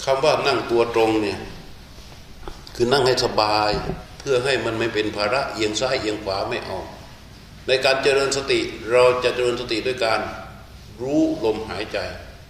คำว่านั่งตัวตรงเนี่ยคือนั่งให้สบายเพื่อให้มันไม่เป็นภาระเอียงซ้ายเอียงขวาไม่เอาในการเจริญสติเราจะเจริญสติด้วยการรู้ลมหายใจ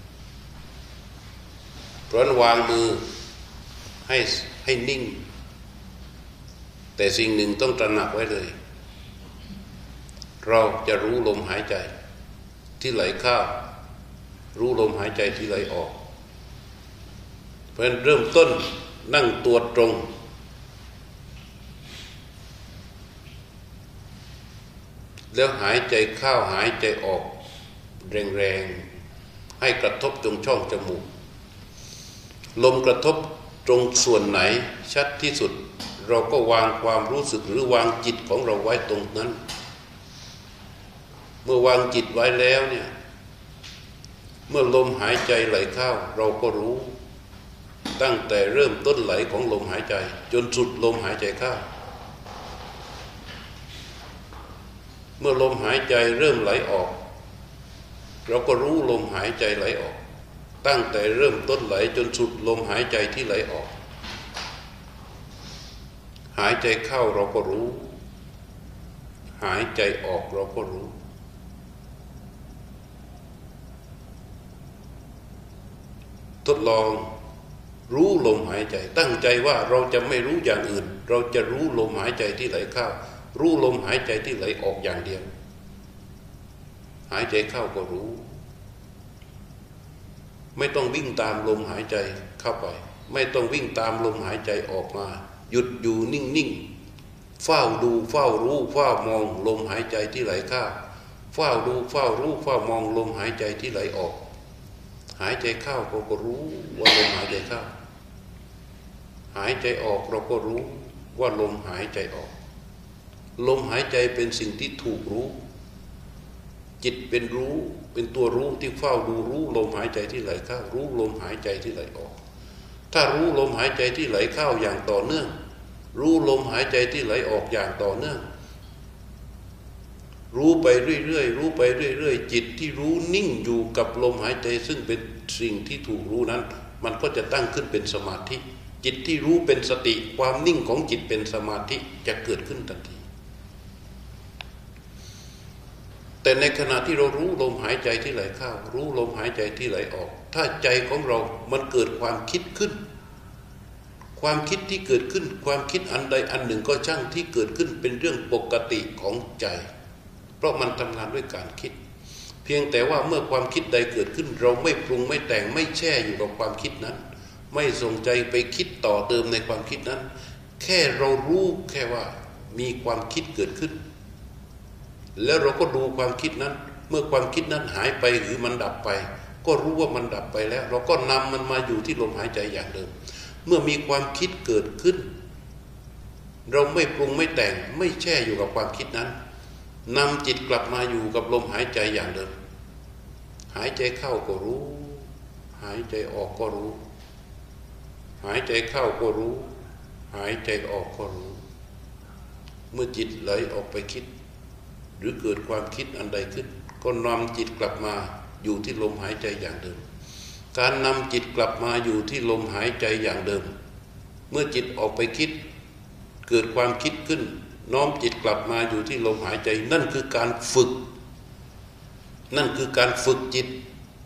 เพราะนั้นวางมือให้นิ่งแต่สิ่งหนึ่งต้องตระหนักไว้เลยเราจะรู้ลมหายใจที่ไหลเข้ารู้ลมหายใจที่ไหลออกเพราะฉะนั้นเริ่มต้นนั่งตัวตรงแล้วหายใจเข้าหายใจออกแรงๆให้กระทบตรงช่องจมูกลมกระทบตรงส่วนไหนชัดที่สุดเราก็วางความรู้สึกหรือวางจิตของเราไว้ตรงนั้นเมื่อวางจิตไว้แล้วเนี่ยเมื่อลมหายใจไหลเข้าเราก็รู้ตั้งแต่เริ่มต้นไหลของลมหายใจจนสุดลมหายใจเข้าเมื่อลมหายใจเริ่มไหลออกเราก็รู้ลมหายใจไหลออกตั้งแต่เริ่มต้นไหลจนสุดลมหายใจที่ไหลออกหายใจเข้าเราก็รู้หายใจออกเราก็รู้ทดลองรู้ลมหายใจตั้งใจว่าเราจะไม่รู้อย่างอื่นเราจะรู้ลมหายใจที่ไหลเข้ารู้ลมหายใจที่ไหลออกอย่างเดียวหายใจเข้าก็รู้ไม่ต้องวิ่งตามลมหายใจเข้าไปไม่ต้องวิ่งตามลมหายใจออกมาหยุดอยู่นิ่งๆเฝ้าดูเฝ้ารู้เฝ้ามองลมหายใจที่ไหลเข้าเฝ้าดูเฝ้ารู้เฝ้ามองลมหายใจที่ไหลออกหายใจเข้าเราก็รู้ว่าลมหายใจเข้าหายใจออกเราก็รู้ว่าลมหายใจออกลมหายใจเป็นสิ่งที่ถูกรู้จิตเป็นรู้เป็นตัวรู้ที่เฝ้าดูรู้ลมหายใจที่ไหลเข้ารู้ลมหายใจที่ไหลออกถ้ารู้ลมหายใจที่ไหลเข้าอย่างต่อเนื่องรู้ลมหายใจที่ไหลออกอย่างต่อเนื่องรู้ไปเรื่อยๆรู้ไปเรื่อยๆจิตที่รู้นิ่งอยู่กับลมหายใจซึ่งเป็นสิ่งที่ถูกรู้นั้นมันก็จะตั้งขึ้นเป็นสมาธิจิตที่รู้เป็นสติความนิ่งของจิตเป็นสมาธิจะเกิดขึ้นทันทีแต่ในขณะที่เรารู้ลมหายใจที่ไหลเข้ารู้ลมหายใจที่ไหลออกถ้าใจของเรามันเกิดความคิดขึ้นความคิดที่เกิดขึ้นความคิดอันใดอันหนึ่งก็ช่างที่เกิดขึ้นเป็นเรื่องปกติของใจเพราะมันทำงานด้วยการคิดเพียงแต่ว่าเมื่อความคิดใดเกิดขึ้นเราไม่ปรุงไม่แต่งไม่แช่อยู่กับความคิดนั้นไม่ส่งใจไปคิดต่อเติมในความคิดนั้นแค่เรารู้แค่ว่ามีความคิดเกิดขึ้นแล้วเราก็ดูความคิดนั้นเมื่อความคิดนั้นหายไปหรือมันดับไปก็รู้ว่ามันดับไปแล้วเราก็นำมันมาอยู่ที่ลมหายใจอย่างเดิมเมื่อมีความคิดเกิดขึ้นเราไม่ปรุงไม่แต่งไม่แช่อยู่กับความคิดนั้นนำจิตกลับมาอยู่กับลมหายใจอย่างเดิมหายใจเข้าก็รู้หายใจออกก็รู้หายใจเข้าก็รู้หายใจออกก็รู้เมื่อจิตไหลออกไปคิดหรือเกิดความคิดอันใดขึ้นก็นำจิตกลับมาอยู่ที่ลมหายใจอย่างเดิมการนำจิตกลับมาอยู่ที่ลมหายใจอย่างเดิมเมื่อจิตออกไปคิดเกิดความคิดขึ้นน้อมจิตกลับมาอยู่ที่ลมหายใจนั่นคือการฝึกนั่นคือการฝึกจิต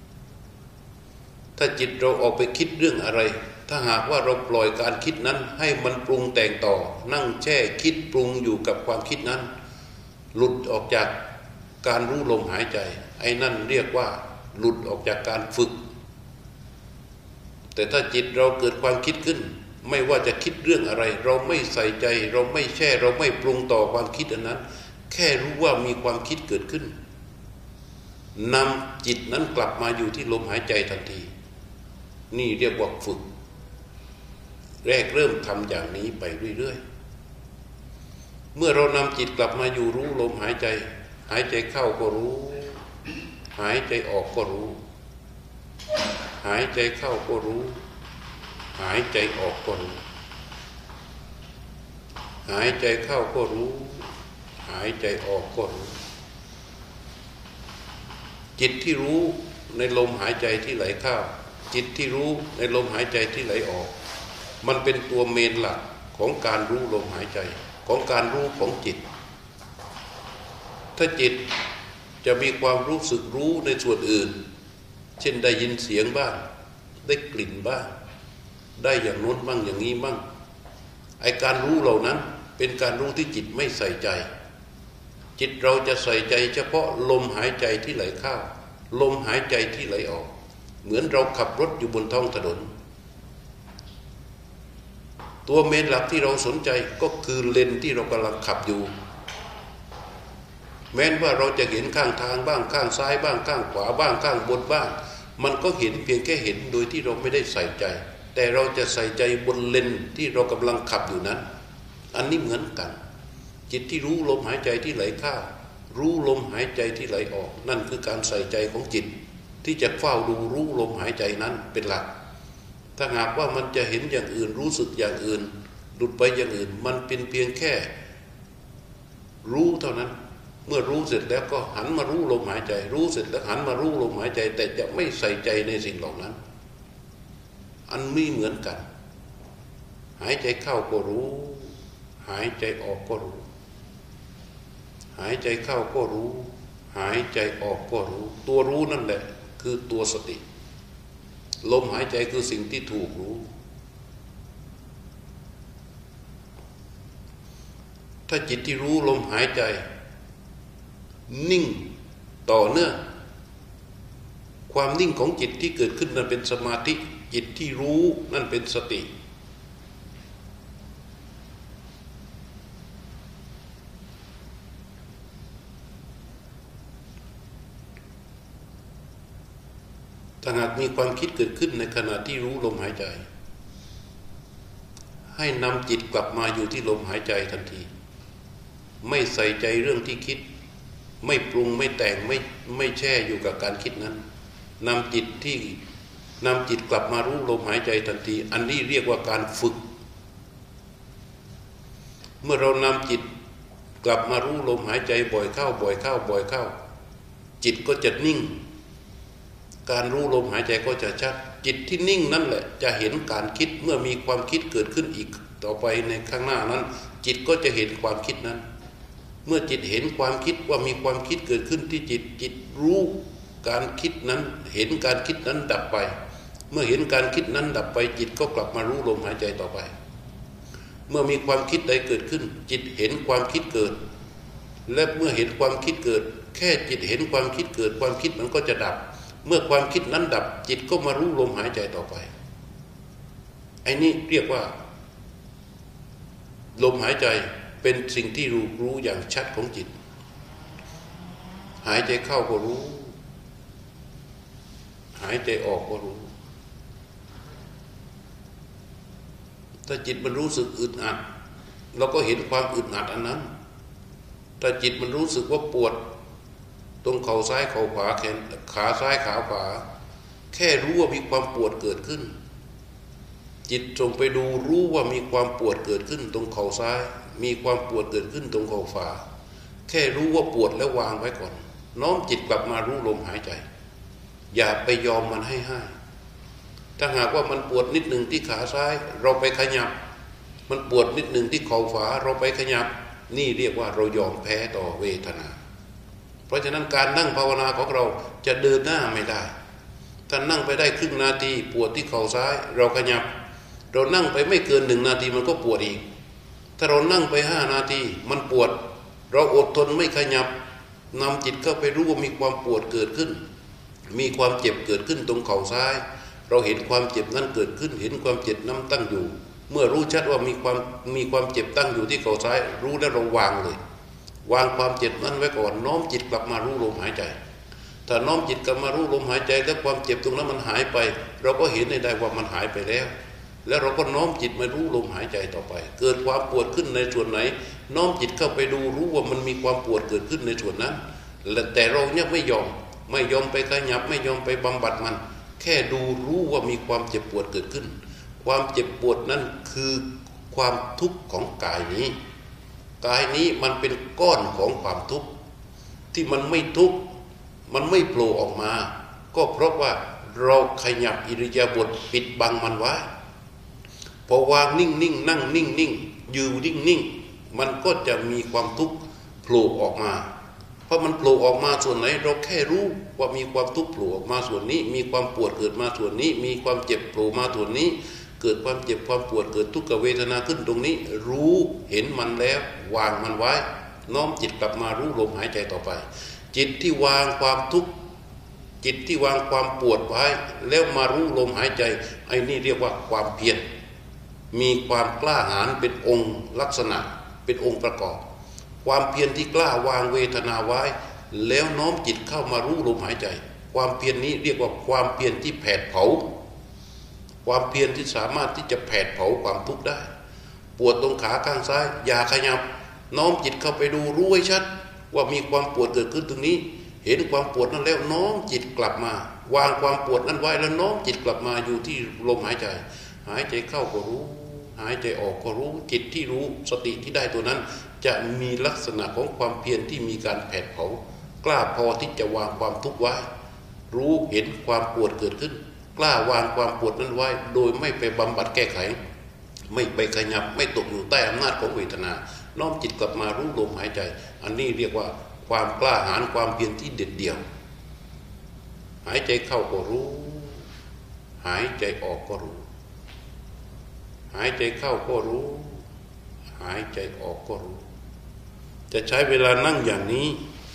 ถ้าจิตเราออกไปคิดเรื่องอะไรถ้าหากว่าเราปล่อยการคิดนั้นให้มันปรุงแต่งต่อนั่งแช่คิดปรุงอยู่กับความคิดนั้นหลุดออกจากการรู้ลมหายใจไอ้นั่นเรียกว่าหลุดออกจากการฝึกแต่ถ้าจิตเราเกิดความคิดขึ้นไม่ว่าจะคิดเรื่องอะไรเราไม่ใส่ใจเราไม่แช่เราไม่ปรุงต่อความคิดอันนั้นแค่รู้ว่ามีความคิดเกิดขึ้นนำจิตนั้นกลับมาอยู่ที่ลมหายใจทันทีนี่เรียกว่าฝึกแรกเริ่มทำอย่างนี้ไปเรื่อยๆเมื่อเรานำจิตกลับมาอยู่รู้ลมหายใจหายใจเข้าก็รู้หายใจออกก็รู้หายใจเข้าก็รู้หายใจออกก็รู้หายใจเข้าก็รู้หายใจออกก็รู้จิตที่รู้ในลมหายใจที่ไหลเข้าจิตที่รู้ในลมหายใจที่ไหลออกมันเป็นตัวเมนหลักของการรู้ลมหายใจของการรู้ของจิตถ้าจิตจะมีความรู้สึกรู้ในส่วนอื่นเช่นได้ยินเสียงบ้างได้กลิ่นบ้างได้อย่างโน้นบ้างอย่างนี้บ้างไอ้การรู้เหล่านั้นเป็นการรู้ที่จิตไม่ใส่ใจจิตเราจะใส่ใจเฉพาะลมหายใจที่ไหลเข้าลมหายใจที่ไหลออกเหมือนเราขับรถอยู่บนท้องถนนตัวเมนหลักที่เราสนใจก็คือเลนที่เรากำลังขับอยู่แม้ว่าเราจะเห็นข้างทางบ้างข้างซ้ายบ้างข้างขวาบ้างข้างบนบ้างมันก็เห็นเพียงแค่เห็นโดยที่เราไม่ได้ใส่ใจแต่เราจะใส่ใจบนเลนที่เรากำลังขับอยู่นั้นอันนี้เหมือนกันจิตที่รู้ลมหายใจที่ไหลเข้ารู้ลมหายใจที่ไหลออกนั่นคือการใส่ใจของจิตที่จะเฝ้าดูรู้ลมหายใจนั้นเป็นหลักถ้าหากว่ามันจะเห็นอย่างอื่นรู้สึกอย่างอื่นหลุดไปอย่างอื่นมันเป็นเพียงแค่รู้เท่านั้นเมื่อรู้เสร็จแล้วก็หันมารู้ลมหายใจรู้เสร็จแล้วหันมารู้ลมหายใจแต่จะไม่ใส่ใจในสิ่งเหล่านั้นอันไม่เหมือนกันหายใจเข้าก็รู้หายใจออกก็รู้หายใจเข้าก็รู้หายใจออกก็รู้ตัวรู้นั่นแหละคือตัวสติลมหายใจคือสิ่งที่ถูกรู้ถ้าจิตที่รู้ลมหายใจนิ่งต่อเนื่องความนิ่งของจิตที่เกิดขึ้นนั้นเป็นสมาธิจิตที่รู้นั่นเป็นสติถ้าหากมีความคิดเกิดขึ้นในขณะที่รู้ลมหายใจให้นำจิตกลับมาอยู่ที่ลมหายใจทันทีไม่ใส่ใจเรื่องที่คิดไม่ปรุงไม่แต่งไม่แช่อยู่กับการคิดนั้นนำจิตกลับมารู้ลมหายใจทันทีอันนี้เรียกว่าการฝึกเมื่อเรานำจิตกลับมารู้ลมหายใจบ่อยเข้าบ่อยเข้าบ่อยเข้าจิตก็จะนิ่งการรู้ลมหายใจก็จะชัดจิตที่นิ่งนั่นแหละจะเห็นการคิดเมื่อมีความคิดเกิดขึ้นอีกต่อไปในข้างหน้านั้นจิตก็จะเห็นความคิดนั้นเมื่อจิตเห็นความคิดว่ามีความคิดเกิดขึ้นที่จิตรู้การคิดนั้นเห็นการคิดนั้นดับไปเมื่อเห็นการคิดนั้นดับไปจิตก็กลับมารู้ลมหายใจต่อไปเมื่อมีความคิดใดเกิดขึ้นจิตเห็นความคิดเกิดและเมื่อเห็นความคิดเกิดแค่จิตเห็นความคิดเกิดความคิดมันก็จะดับเมื่อความคิดนั้นดับจิตก็มารู้ลมหายใจต่อไปไอ้นี่เรียกว่าลมหายใจเป็นสิ่งที่รู้อย่างชัดของจิตหายใจเข้าก็รู้หายใจออกก็รู้ถ้าจิตมันรู้สึกอึดอัดเราก็เห็นความอึดอัดอันนั้นถ้าจิตมันรู้สึกว่าปวดตรงเข่าซ้ายเข่าขวาแขนขาซ้ายขาขวาแค่รู้ว่ามีความปวดเกิดขึ้นจิตจงไปดูรู้ว่ามีความปวดเกิดขึ้นตรงเข่าซ้ายมีความปวดเกิดขึ้นตรงเข่าขวาแค่รู้ว่าปวดแล้ววางไว้ก่อนน้อมจิตกลับมารู้ลมหายใจอย่าไปยอมมันให้ถ้าหากว่ามันปวดนิดหนึ่งที่ขาซ้ายเราไปขยับมันปวดนิดหนึ่งที่เข่าขวาเราไปขยับนี่เรียกว่าเรายอมแพ้ต่อเวทนาเพราะฉะนั้นการนั่งภาวนาของเราจะเดินหน้าไม่ได้ถ้านั่งไปได้ครึ่งนาทีปวดที่เข่าซ้ายเราขยับเรานั่งไปไม่เกิน1 นาทีมันก็ปวดอีกถ้าเรานั่งไป5 นาทีมันปวดเราอดทนไม่ขยับนำจิตเข้าไปรู้ว่ามีความปวดเกิดขึ้นมีความเจ็บเกิดขึ้นตรงเข่าซ้ายเราเห็นความเจ็บนั้นเกิดขึ้นเห็นความเจ็บนั้นตั้งอยู่เมื่อรู้ชัดว่ามีความเจ็บตั้งอยู่ที่เข่าซ้ายรู้แล้วเราวางเลยวางความเจ็บนั้นไว้ก่อนน้อมจิตกลับมารู้ลมหายใจถ้าน้อมจิตกลับมารู้ลมหายใจแล้วความเจ็บตรงนั้นมันหายไปเราก็เห็นได้ว่ามันหายไปแล้วแล้วเราก็น้อมจิตมารู้ลมหายใจต่อไปเกิดความปวดขึ้นในส่วนไหนน้อมจิตเข้าไปดูรู้ว่ามันมีความปวดเกิดขึ้นในส่วนนั้นแต่เราเนี่ยไม่ยอมไปขยับไม่ยอมไปบำบัดมันแค่ดูรู้ว่ามีความเจ็บปวดเกิดขึ้นความเจ็บปวดนั้นคือความทุกข์ของกายนี้มันเป็นก้อนของความทุกข์ที่มันไม่ทุกข์มันไม่โผล่ออกมาก็เพราะว่าเราขยับอิริยาบถปิดบังมันไว้พอวางนิ่งๆนั่งนิ่งๆอยู่นิ่งๆมันก็จะมีความทุกข์โผล่ออกมาเพราะมันโผล่ออกมาส่วนไหนเราแค่รู้ว่ามีความทุกข์โผล่ออกมาส่วนนี้มีความปวดเกิดมาส่วนนี้มีความเจ็บโผล่มาส่วนนี้เกิดความเจ็บความปวดเกิดทุกขเวทนาขึ้นตรงนี้รู้เห็นมันแล้ววางมันไว้น้อมจิตกลับมารู้ลมหายใจต่อไปจิตที่วางความทุกข์จิตที่วางความปวดไว้แล้วมารู้ลมหายใจไอ้นี่เรียกว่าความเพียรมีความกล้าหาญเป็นองค์ลักษณะเป็นองค์ประกอบความเพียรที่กล้าวางเวทนาไว้แล้วน้อมจิตเข้ามารู้ลมหายใจความเพียรนี้เรียกว่าความเพียรที่แผดเผาความเพียรที่สามารถที่จะแผดเผาความทุกข์ได้ปวดตรงขาข้างซ้ายอย่าขยับน้อมจิตเข้าไปดูรู้ให้ชัดว่ามีความปวดเกิดขึ้นตรงนี้เห็นความปวดนั้นแล้วน้อมจิตกลับมาวางความปวดนั้นไว้แล้วน้อมจิตกลับมาอยู่ที่ลมหายใจหายใจเข้าก็รู้หายใจออกก็รู้จิตที่รู้สติที่ได้ตัวนั้นจะมีลักษณะของความเพียรที่มีการแผดเผากล้าพอที่จะวางความทุกข์ไว้รู้เห็นความปวดเกิดขึ้นกล้าวางความปวดนั้นไว้โดยไม่ไปบำบัดแก้ไขไม่ไปขยับไม่ตกอยู่ใต้อำนาจของเวทนาน้อมจิตกลับมารู้ลมหายใจอันนี้เรียกว่าความกล้าหาญความเพียรที่เด็ดเดี่ยวหายใจเข้าก็รู้หายใจออกก็รู้หายใจเข้าก็รู้หายใจออกก็รู้จะใช้เวลานั่งอย่างนี้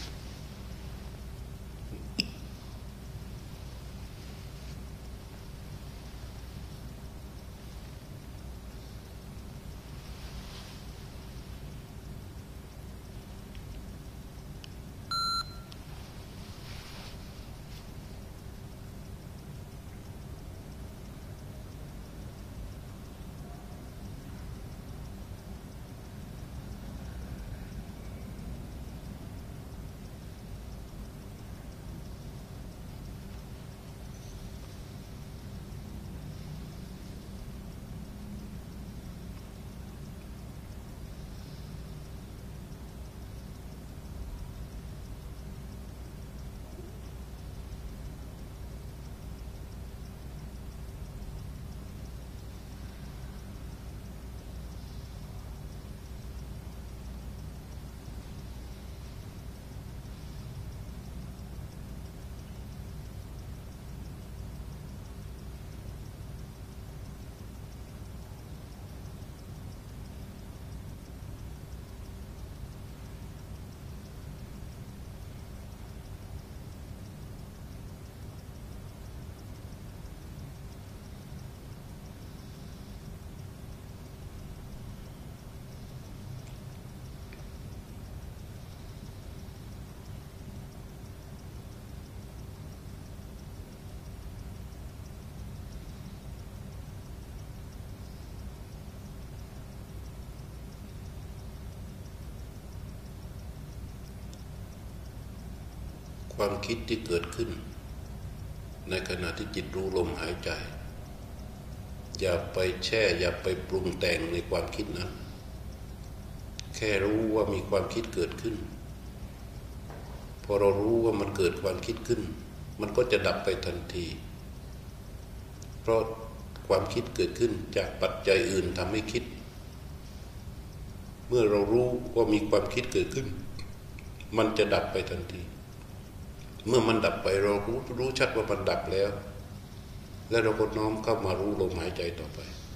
ความคิดที่เกิดขึ้นในขณะที่จิตรู้ลมหายใจอย่าไปแช่อย่าไปปรุงแต่งในความคิดนั้นแค่รู้ว่ามีความคิดเกิดขึ้นพอเรารู้ว่ามันเกิดความคิดขึ้นมันก็จะดับไปทันทีเพราะความคิดเกิดขึ้นจากปัจจัยอื่นทำให้คิดเมื่อเรารู้ว่ามีความคิดเกิดขึ้นมันจะดับไปทันทีเมื่อมันดับไปเรารู้ชัดว่ามันดับแล้วและเราก็น้อมเข้ามารู้ลมหายใจต่อไป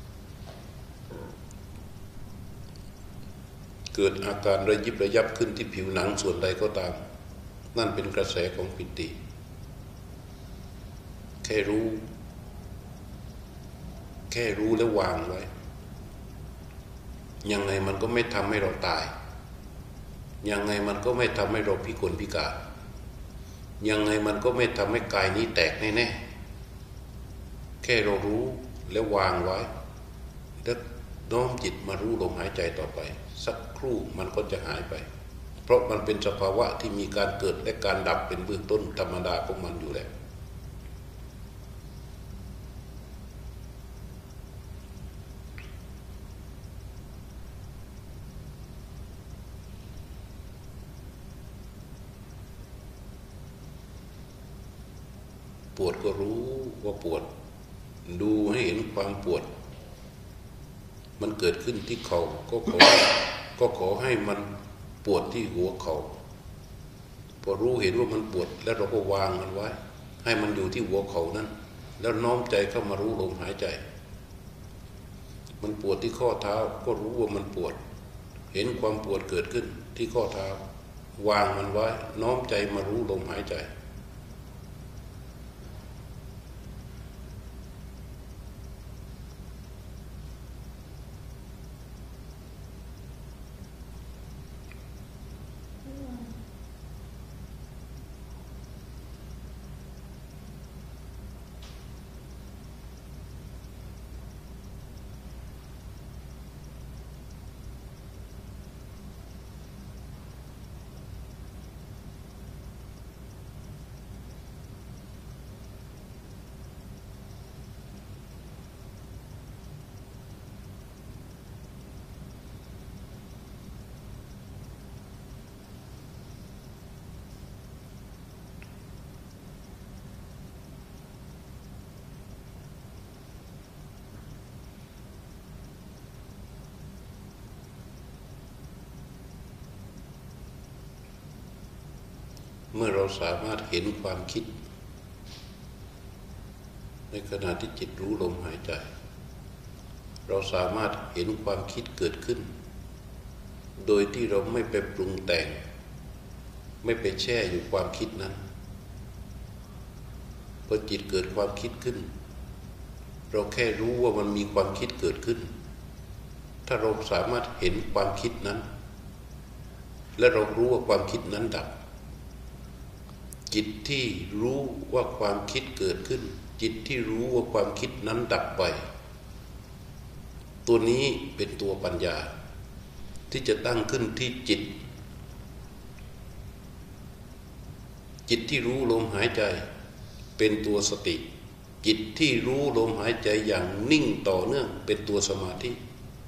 เกิดอาการระยิบระยับขึ้นที่ผิวหนังส่วนใดก็ตามนั่นเป็นกระแสของปิติแค่รู้แล้ววางไว้ยังไงมันก็ไม่ทำให้เราตายยังไงมันก็ไม่ทำให้เราพิกลพิการยังไงมันก็ไม่ทำให้กายนี้แตกแน่ๆแค่เรารู้แล้ววางไว้แล้วน้อมจิตมารู้ลมหายใจต่อไปสักครู่มันก็จะหายไปเพราะมันเป็นสภาวะที่มีการเกิดและการดับเป็นเบื้องต้นธรรมดาของมันอยู่แล้วปวดก็รู้ว่าปวดดูให้เห็นความปวดมันเกิดขึ้นที่เข่าก็ขอให้มันปวดที่หัวเข่าพอรู้เห็นว่ามันปวดแล้วเราก็วางมันไว้ให้มันอยู่ที่หัวเข่านั้นแล้วน้อมใจเข้ามารู้ลมหายใจมันปวดที่ข้อเท้าก็รู้ว่ามันปวดเห็นความปวดเกิดขึ้นที่ข้อเท้าวางมันไว้น้อมใจมารู้ลมหายใจเมื่อเราสามารถเห็นความคิดในขณะที่จิตรู้ลมหายใจเราสามารถเห็นความคิดเกิดขึ้นโดยที่เราไม่ไปปรุงแต่งไม่ไปแช่อยู่ความคิดนั้นพอจิตเกิดความคิดขึ้นเราแค่รู้ว่ามันมีความคิดเกิดขึ้นถ้าเราสามารถเห็นความคิดนั้นและเรารู้ว่าความคิดนั้นดับจิตที่รู้ว่าความคิดเกิดขึ้นจิตที่รู้ว่าความคิดนั้นดับไปตัวนี้เป็นตัวปัญญาที่จะตั้งขึ้นที่จิตที่รู้ลมหายใจเป็นตัวสติจิตที่รู้ลมหายใจอย่างนิ่งต่อเนื่องเป็นตัวสมาธิ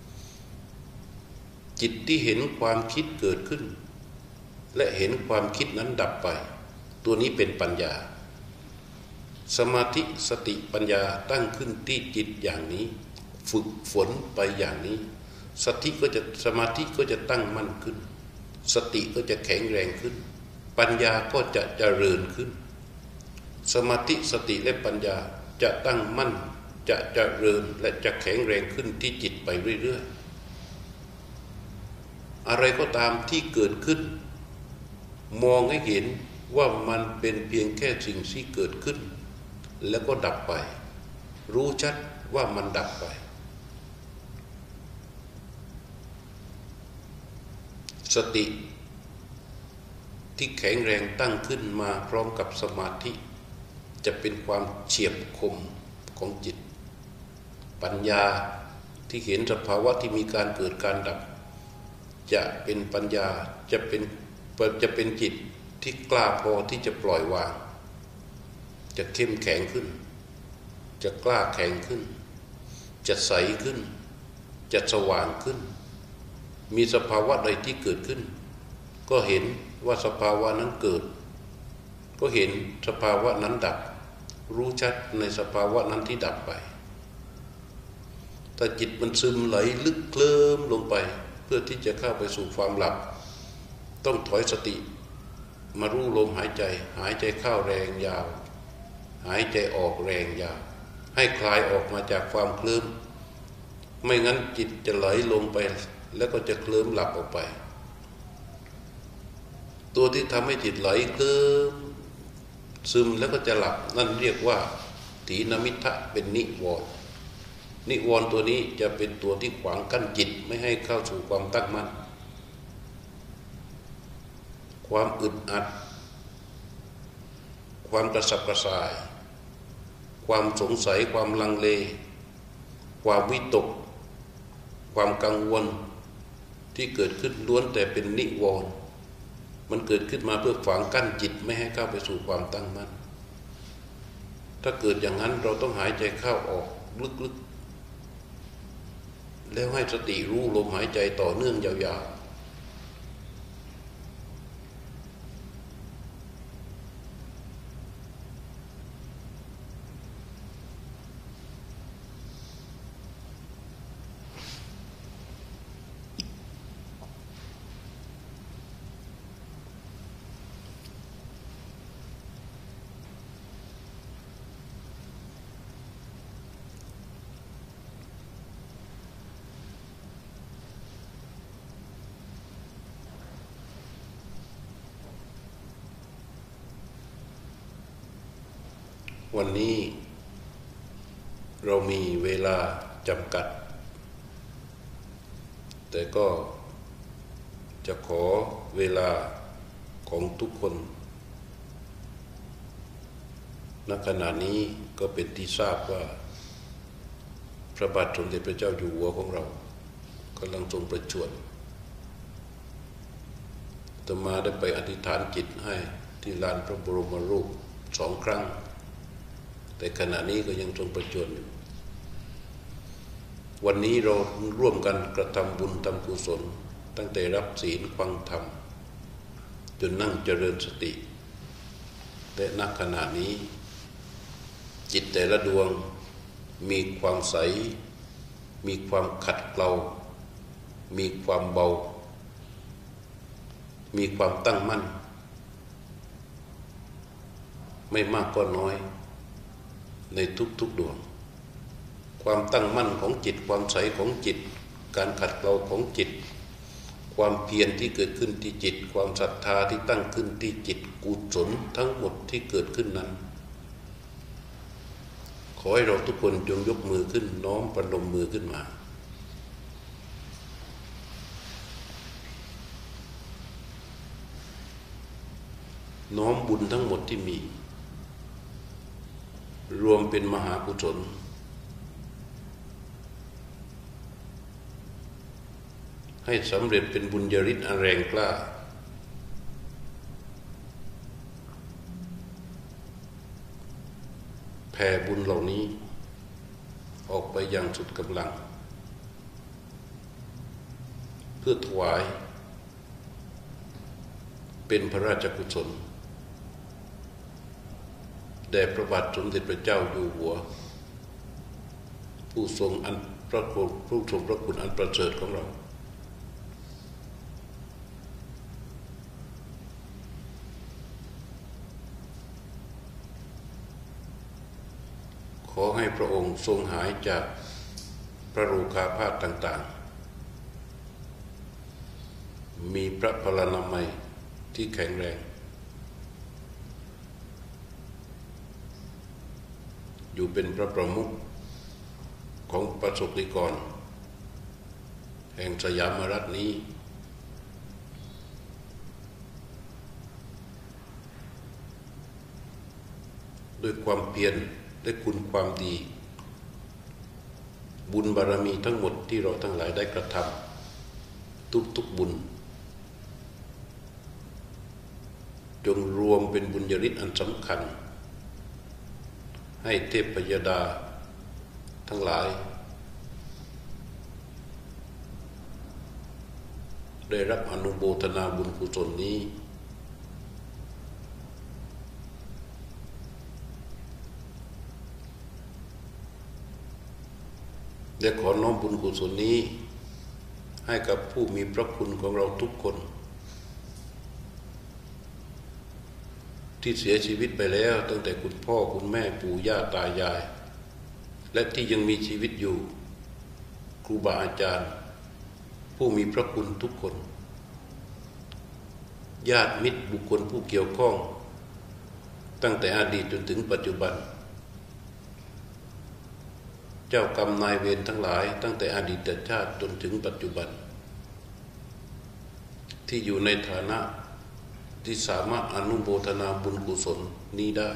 จิตที่เห็นความคิดเกิดขึ้นและเห็นความคิดนั้นดับไปตัวนี้เป็นปัญญาสมาธิสติปัญญาตั้งขึ้นที่จิตอย่างนี้ฝึกฝนไปอย่างนี้สมาธิก็จะตั้งมั่นขึ้นสติก็จะแข็งแรงขึ้นปัญญาก็จะเจริญขึ้นสมาธิสติและปัญญาจะตั้งมั่นจะเจริญและจะแข็งแรงขึ้นที่จิตไปเรื่อยๆอะไรก็ตามที่เกิดขึ้นมองให้เห็นว่ามันเป็นเพียงแค่สิ่งที่เกิดขึ้นแล้วก็ดับไปรู้ชัดว่ามันดับไปสติที่แข็งแรงตั้งขึ้นมาพร้อมกับสมาธิจะเป็นความเฉียบคมของจิตปัญญาที่เห็นสภาวะที่มีการเกิดการดับจะเป็นปัญญาจะเป็นจิตที่กล้าพอที่จะปล่อยวางจะเข้มแข็งขึ้นจะกล้าแข็งขึ้นจะใสขึ้นจะสว่างขึ้นมีสภาวะใดที่เกิดขึ้นก็เห็นว่าสภาวะนั้นเกิดก็เห็นสภาวะนั้นดับรู้ชัดในสภาวะนั้นที่ดับไปถ้าจิตมันซึมไหลลึกเคลิ้มลงไปเพื่อที่จะเข้าไปสู่ความหลับต้องถอยสติมารู้ลมหายใจเข้าแรงยาวหายใจออกแรงยาวให้คลายออกมาจากความเคลิ้มไม่งั้นจิตจะไหลลงไปแล้วก็จะเคลิ้มหลับออกไปตัวที่ทำให้จิตไหลเคลิ้มซึมแล้วก็จะหลับนั่นเรียกว่าถีนมิทะเป็นนิวรณ์นิวรณ์ตัวนี้จะเป็นตัวที่ขวางกั้นจิตไม่ให้เข้าสู่ความตั้งมั่นความอึดอัดความกระสับกระส่ายความสงสัยความลังเลความวิตกความกังวลที่เกิดขึ้นล้วนแต่เป็นนิวรณ์มันเกิดขึ้นมาเพื่อขวางกั้นจิตไม่ให้เข้าไปสู่ความตั้งมั่นถ้าเกิดอย่างนั้นเราต้องหายใจเข้าออกลึกๆแล้วให้สติรู้ลมหายใจต่อเนื่องยาวๆวันนี้เรามีเวลาจำกัดแต่ก็จะขอเวลาของทุกคนณขณะนี้ก็เป็นที่ทราบว่าพระบาทสมเด็จพระเจ้าอยู่หัวของเรากำลังทรงประชวรอาตมาได้ไปอธิษฐานจิตให้ที่ลานพระบรมรูป2 ครั้งแต่ขณะนี้ก็ยังทรงประชวรอยู่วันนี้เราร่วมกันกระทำบุญทำกุศลตั้งแต่รับศีลฟังธรรมจนนั่งเจริญสติและณขณะนี้จิตแต่ละดวงมีความใสมีความขัดเกลามีความเบามีความตั้งมั่นไม่มากก็น้อยในทุกดวงความตั้งมั่นของจิตความใสของจิตการขัดเกลาของจิตความเพียรที่เกิดขึ้นที่จิตความศรัทธาที่ตั้งขึ้นที่จิตกุศลทั้งหมดที่เกิดขึ้นนั้นขอให้เราทุกคนจงยกมือขึ้นน้อมประนมมือขึ้นมาน้อมบุญทั้งหมดที่มีรวมเป็นมหากุศลให้สำเร็จเป็นบุญญาฤทธิ์อันแรงกล้าแผ่บุญเหล่านี้ออกไปอย่างสุดกำลังเพื่อถวายเป็นพระราชกุศลแด่พระบาทสมเด็จพระเจ้าอยู่หัวผู้ทรงพระคุณอันประเสริฐของเราขอให้พระองค์ทรงหายจากพระโรคาพาธต่างๆมีพระพลานามัยที่แข็งแรงอยู่เป็นพระประมุขของประสบนิกรแห่งสยามรัฐนี้ด้วยความเพียรและคุณความดีบุญบารมีทั้งหมดที่เราทั้งหลายได้กระทำทุกบุญจงรวมเป็นบุญญาฤทธิ์อันสำคัญให้เทพยดาทั้งหลายได้รับอนุโมทนาบุญกุศลนี้และขอน้อมบุญกุศลนี้ให้กับผู้มีพระคุณของเราทุกคนที่เสียชีวิตไปแล้วตั้งแต่คุณพ่อคุณแม่ปู่ย่าตายายและที่ยังมีชีวิตอยู่ครูบาอาจารย์ผู้มีพระคุณทุกคนญาติมิตรบุคคลผู้เกี่ยวข้องตั้งแต่อดีตจนถึงปัจจุบันเจ้ากรรมนายเวรทั้งหลายตั้งแต่อดีตชาติจนถึงปัจจุบันที่อยู่ในฐานะที่สามารถอนุโมทนาบุญกุศลนี้ได้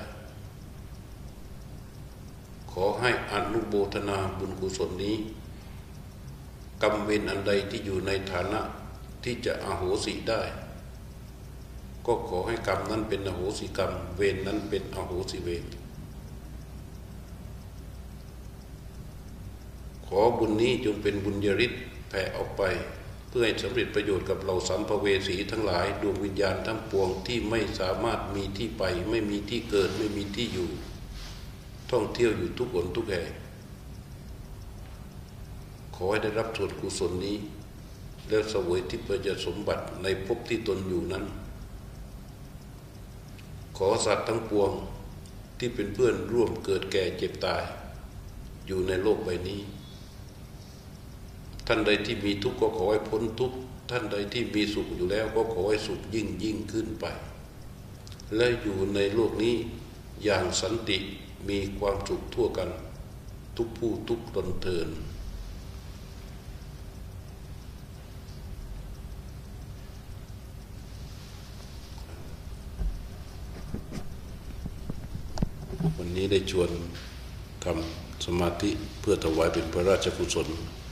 ขอให้อนุโมทนาบุญกุศลนี้กรรมเวรอันใดที่อยู่ในฐานะที่จะอโหสิได้ก็ขอให้กรรมนั้นเป็นอโหสิกรรมเวรนั้นเป็นอโหสิเวรขอบุญนี้จงเป็นบุญญาฤทธิ์แผ่ออกไปเพื่อให้สำเร็จประโยชน์กับเราสัมภเวสีทั้งหลายดวงวิญญาณทั้งปวงที่ไม่สามารถมีที่ไปไม่มีที่เกิดไม่มีที่อยู่ท่องเที่ยวอยู่ทุกหนทุกแห่งขอให้ได้รับส่วนกุศลนี้แล้วเสวยทิพยสมบัติในภพที่ตนอยู่นั้นขอสัตว์ทั้งปวงที่เป็นเพื่อนร่วมเกิดแก่เจ็บตายอยู่ในโลกใบนี้ท่านใดที่มีทุกข์ก็ขอให้พ้นทุกข์ท่านใดที่มีสุขอยู่แล้วก็ขอให้สุขยิ่งขึ้นไปและอยู่ในโลกนี้อย่างสันติมีความสุขทั่วกันทุกผู้ทุกตนเทินวันนี้ได้ชวนทำสมาธิเพื่อถวายเป็นพระราชกุศล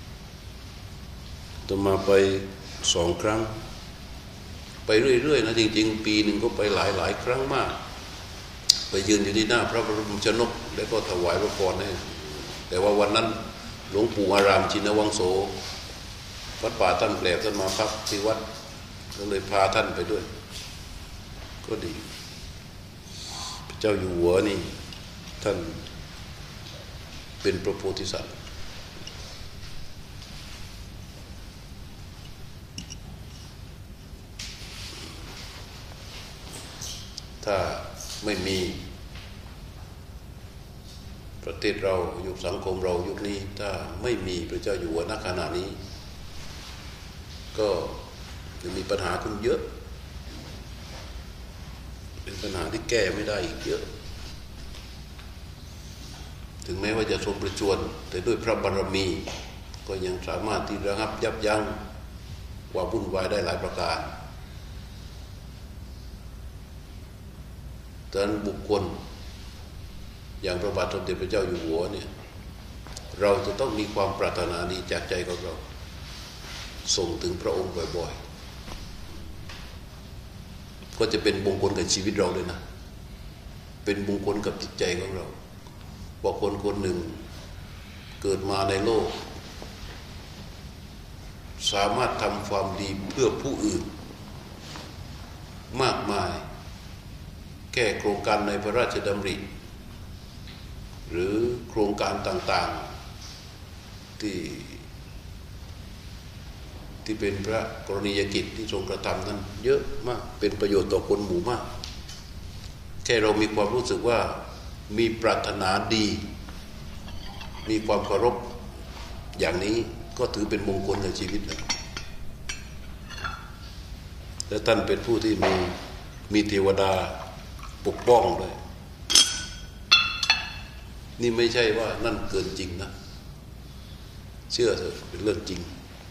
ต่อมาไป2 ครั้งไปเรื่อยๆนะจริงๆปีหนึ่งก็ไปหลายครั้งมากไปยืนอยู่ที่หน้าพระบรมชนกแล้วก็ถวายพระพรให้แต่ว่าวันนั้นหลวงปู่อารามชินวังโสวัดป่าท่านแปลกท่านมาพักที่วัดก็เลยพาท่านไปด้วยก็ดีพระเจ้าอยู่หัวนี่ท่านเป็นพระโพธิสัตว์ถ้าไม่มีประเทศเรายุคสังคมเรายุคนี้ถ้าไม่มีพระเจ้าอยู่หัวณขณะนี้ก็จะมีปัญหาขึ้นเยอะเป็นปัญหาที่แก้ไม่ได้อีกเยอะถึงแม้ว่าจะทรงประชวรแต่ด้วยพระบารมีก็ยังสามารถที่ระงับยับยั้งความวุ่นวายได้หลายประการดังนั้นบุคคลอย่างพระบาทสมเด็จพระเจ้าอยู่หัวเนี่ยเราจะต้องมีความปรารถนาดีจากใจของเราส่งถึงพระองค์บ่อยๆก็จะเป็นมงคลกับชีวิตเราเลยนะเป็นมงคลกับจิตใจของเราว่าคนคนหนึ่งเกิดมาในโลกสามารถทำความดีเพื่อผู้อื่นมากมายแก้โครงการในพระราชดำริหรือโครงการต่างๆที่เป็นพระกรณียกิจที่ทรงกระทำนั้นเยอะมากเป็นประโยชน์ต่อคนหมู่มากแค่เรามีความรู้สึกว่ามีปรารถนาดีมีความเคารพอย่างนี้ก็ถือเป็นมงคลในชีวิตแล้วและท่านเป็นผู้ที่มีเทวดาปกป้องด้วยนี่ไม่ใช่ว่านั่นเกินจริงนะเชื่อเถอะเป็นเรื่องจริง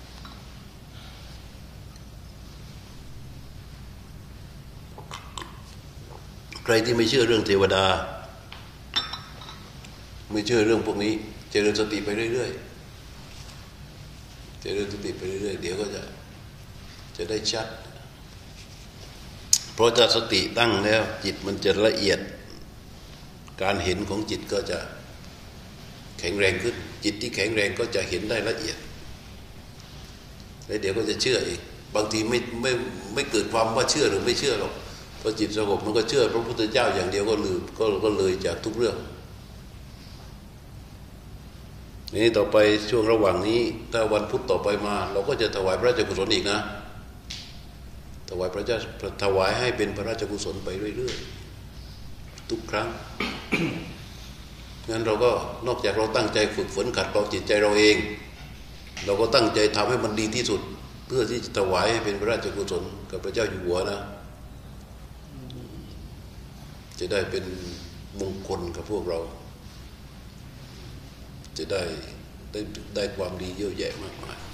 ใครที่ไม่เชื่อเรื่องเทวดาไม่เชื่อเรื่องพวกนี้เจริญสติไปเรื่อยๆเจริญสติไปเรื่อยๆเดี๋ยวก็จะได้ชัดเพราะถ้าสติตั้งแล้วจิตมันจะละเอียดการเห็นของจิตก็จะแข็งแรงขึ้นจิตที่แข็งแรงก็จะเห็นได้ละเอียดแล้วเดี๋ยวก็จะเชื่ออีกบางทีไม่เกิดความว่าเชื่อหรือไม่เชื่อหรอกพอจิตสงบมันก็เชื่อพระพุทธเจ้าอย่างเดียวก็ลืมก็เลยจากทุกเรื่องนี่ต่อไปช่วงระหว่างนี้ถ้าวันพุธต่อไปมาเราก็จะถวายพระราชกุศลอีกนะถวายให้เป็นพระราชกุศลไปเรื่อยๆทุกครั้ง งั้นเราก็นอกจากเราตั้งใจฝึกฝนขัดเกลาจิตใจเราเองเราก็ตั้งใจทำให้มันดีที่สุดเพื่อที่จะถวายให้เป็นพระราชกุศลกับพระเจ้าอยู่หัวนะจะได้เป็นมงคลกับพวกเราจะได้ความดีเยอะแยะมากมาย